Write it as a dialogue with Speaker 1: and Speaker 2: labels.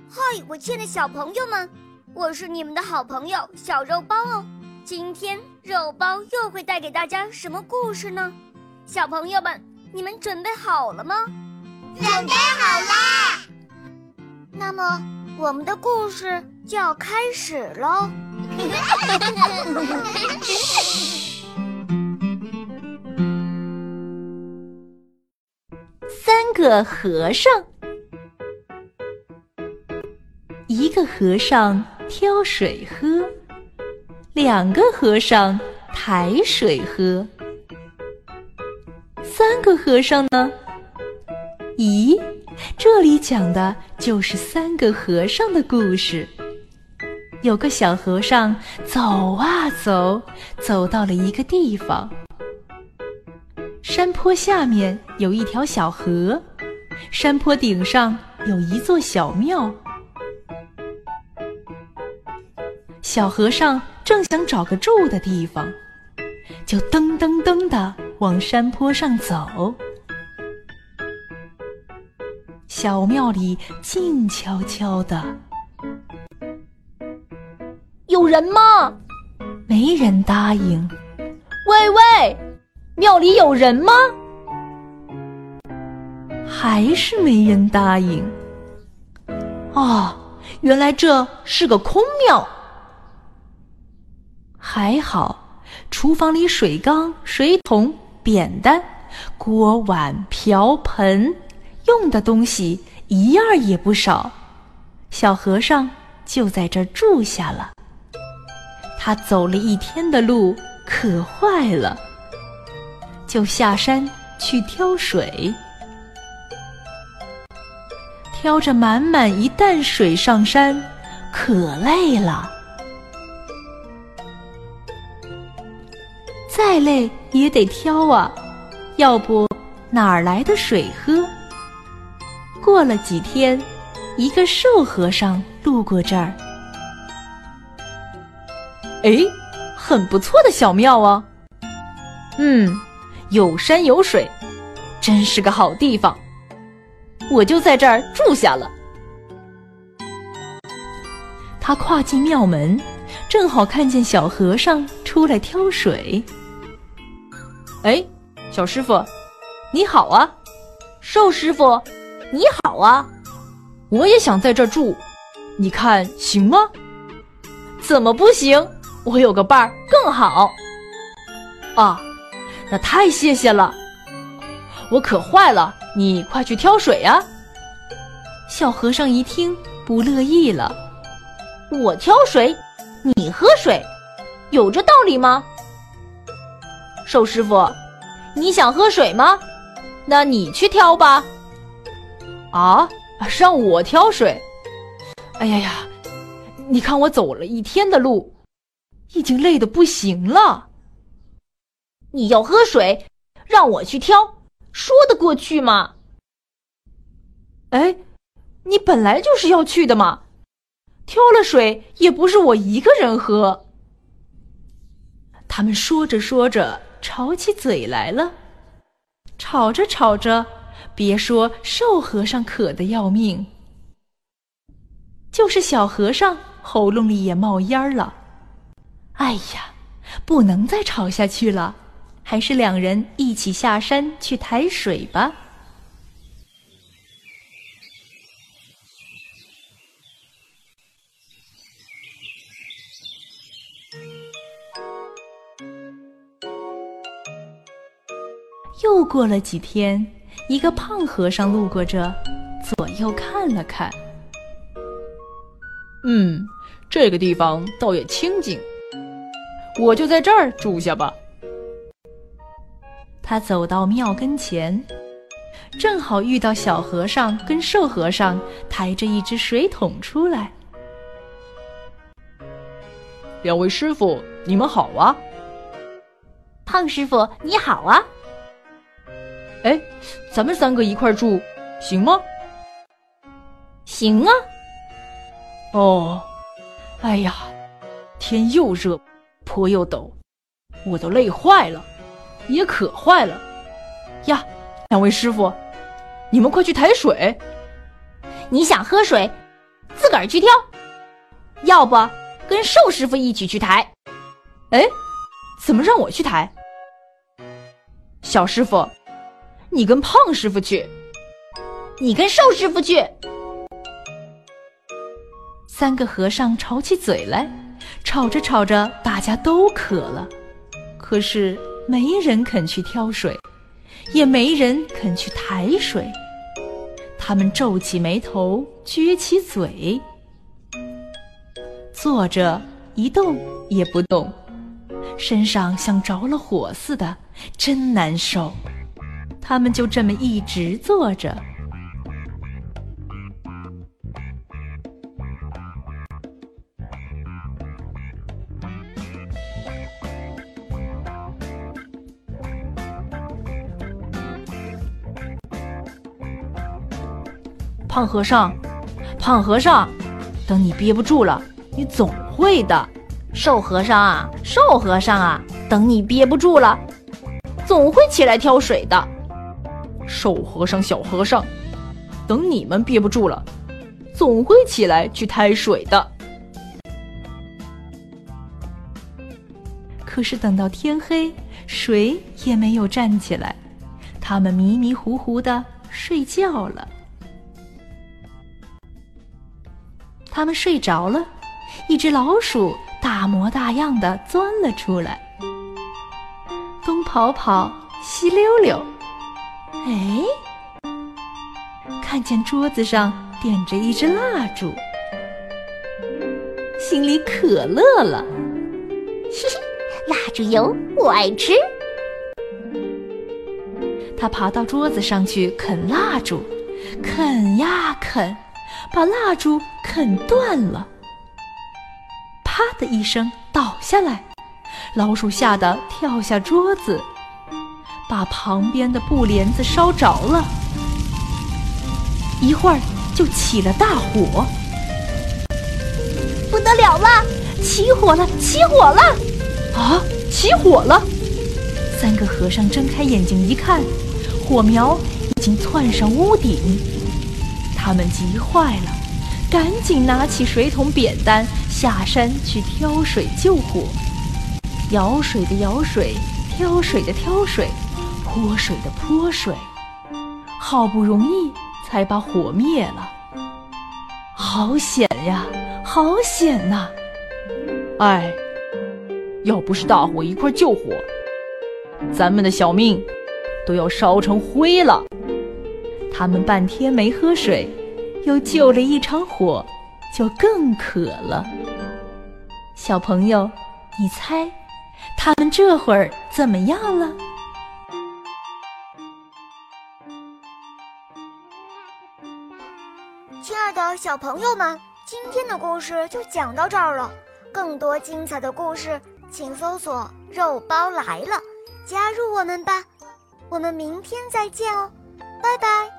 Speaker 1: 嗨，我亲爱的小朋友们，我是你们的好朋友小肉包哦。今天肉包又会带给大家什么故事呢？小朋友们，你们准备好了吗？
Speaker 2: 准备好啦！
Speaker 1: 那么我们的故事就要开始喽。
Speaker 3: 三个和尚。一个和尚挑水喝，两个和尚抬水喝，三个和尚呢？咦，这里讲的就是三个和尚的故事。有个小和尚走啊走，走到了一个地方。山坡下面有一条小河，山坡顶上有一座小庙。小和尚正想找个住的地方，就噔噔噔地往山坡上走。小庙里静悄悄的。
Speaker 4: 有人吗？
Speaker 3: 没人答应。
Speaker 4: 喂喂，庙里有人吗？
Speaker 3: 还是没人答应。
Speaker 4: 哦，原来这是个空庙。
Speaker 3: 还好，厨房里水缸、水桶、扁担、锅碗瓢盆，用的东西一样也不少。小和尚就在这儿住下了。他走了一天的路，渴坏了，就下山去挑水。挑着满满一担水上山，可累了。再累也得挑啊，要不哪儿来的水喝？过了几天，一个瘦和尚路过这儿。
Speaker 4: 哎，很不错的小庙啊。有山有水，真是个好地方。我就在这儿住下了。
Speaker 3: 他跨进庙门，正好看见小和尚出来挑水。
Speaker 4: 哎，小师傅，你好啊！瘦师傅，你好啊！我也想在这儿住，你看行吗？怎么不行？我有个伴儿更好。啊，那太谢谢了。我渴坏了，你快去挑水啊！
Speaker 3: 小和尚一听不乐意了。
Speaker 4: 我挑水，你喝水，有这道理吗？瘦师傅，你想喝水吗？那你去挑吧。啊，让我挑水？哎呀呀，你看我走了一天的路，已经累得不行了。你要喝水，让我去挑，说得过去吗？哎，你本来就是要去的嘛，挑了水也不是我一个人喝。
Speaker 3: 他们说着说着吵起嘴来了，吵着吵着，别说瘦和尚渴得要命，就是小和尚喉咙里也冒烟了。哎呀，不能再吵下去了，还是两人一起下山去抬水吧。又过了几天，一个胖和尚路过这，左右看了看。
Speaker 4: 这个地方倒也清静，我就在这儿住下吧。
Speaker 3: 他走到庙跟前，正好遇到小和尚跟瘦和尚抬着一只水桶出来。
Speaker 4: 两位师傅，你们好啊。
Speaker 1: 胖师傅，你好啊。
Speaker 4: 哎，咱们三个一块住，行吗？
Speaker 1: 行啊。
Speaker 4: 哦，哎呀，天又热，坡又陡，我都累坏了，也渴坏了。呀，两位师傅，你们快去抬水。
Speaker 1: 你想喝水，自
Speaker 4: 个儿去挑，要不跟瘦师傅一起去抬。
Speaker 3: 哎，怎么让我去抬？小师傅，你跟胖师傅去。
Speaker 4: 你跟瘦师傅去。
Speaker 3: 3个和尚吵起嘴来，吵着吵着，大家都渴了，可是没人肯去挑水，也没人肯去抬水。他们皱起眉头，撅起嘴，坐着一动也不动，身上像着了火似的，真难受。他们就这么一直坐着。胖和尚，胖和尚，等你憋不住了，你总会的。
Speaker 4: 瘦和尚啊，瘦和尚啊，等你憋不住了，总会起来挑水的。
Speaker 3: 瘦和尚、小和尚，等你们憋不住了，总会起来去抬水的。可是等到天黑，水也没有站起来，他们迷迷糊糊地睡觉了。他们睡着了，一只老鼠大模大样地钻了出来，东跑跑，西溜溜。哎，看见桌子上点着一支蜡烛，心里可乐了。
Speaker 2: 嘿嘿，蜡烛油我爱吃。
Speaker 3: 他爬到桌子上去啃蜡烛，啃呀啃，把蜡烛啃断了，啪的一声倒下来，老鼠吓得跳下桌子，把旁边的布帘子烧着了，一会儿就起了大火。
Speaker 4: 不得了了，起火了，起火了！
Speaker 3: 啊，起火了！3个和尚睁开眼睛一看，火苗已经窜上屋顶，他们急坏了，赶紧拿起水桶扁担下山去挑水救火。舀水的舀水，挑水的挑水，泼水的泼水，好不容易才把火灭了。好险呀，好险呐！哎，要不是大伙一块救火，咱们的小命都要烧成灰了。他们半天没喝水，又救了一场火，就更渴了。小朋友，你猜他们这会儿怎么样了？
Speaker 1: 亲爱的小朋友们，今天的故事就讲到这儿了。更多精彩的故事，请搜索“肉包来了”，加入我们吧。我们明天再见哦，拜拜。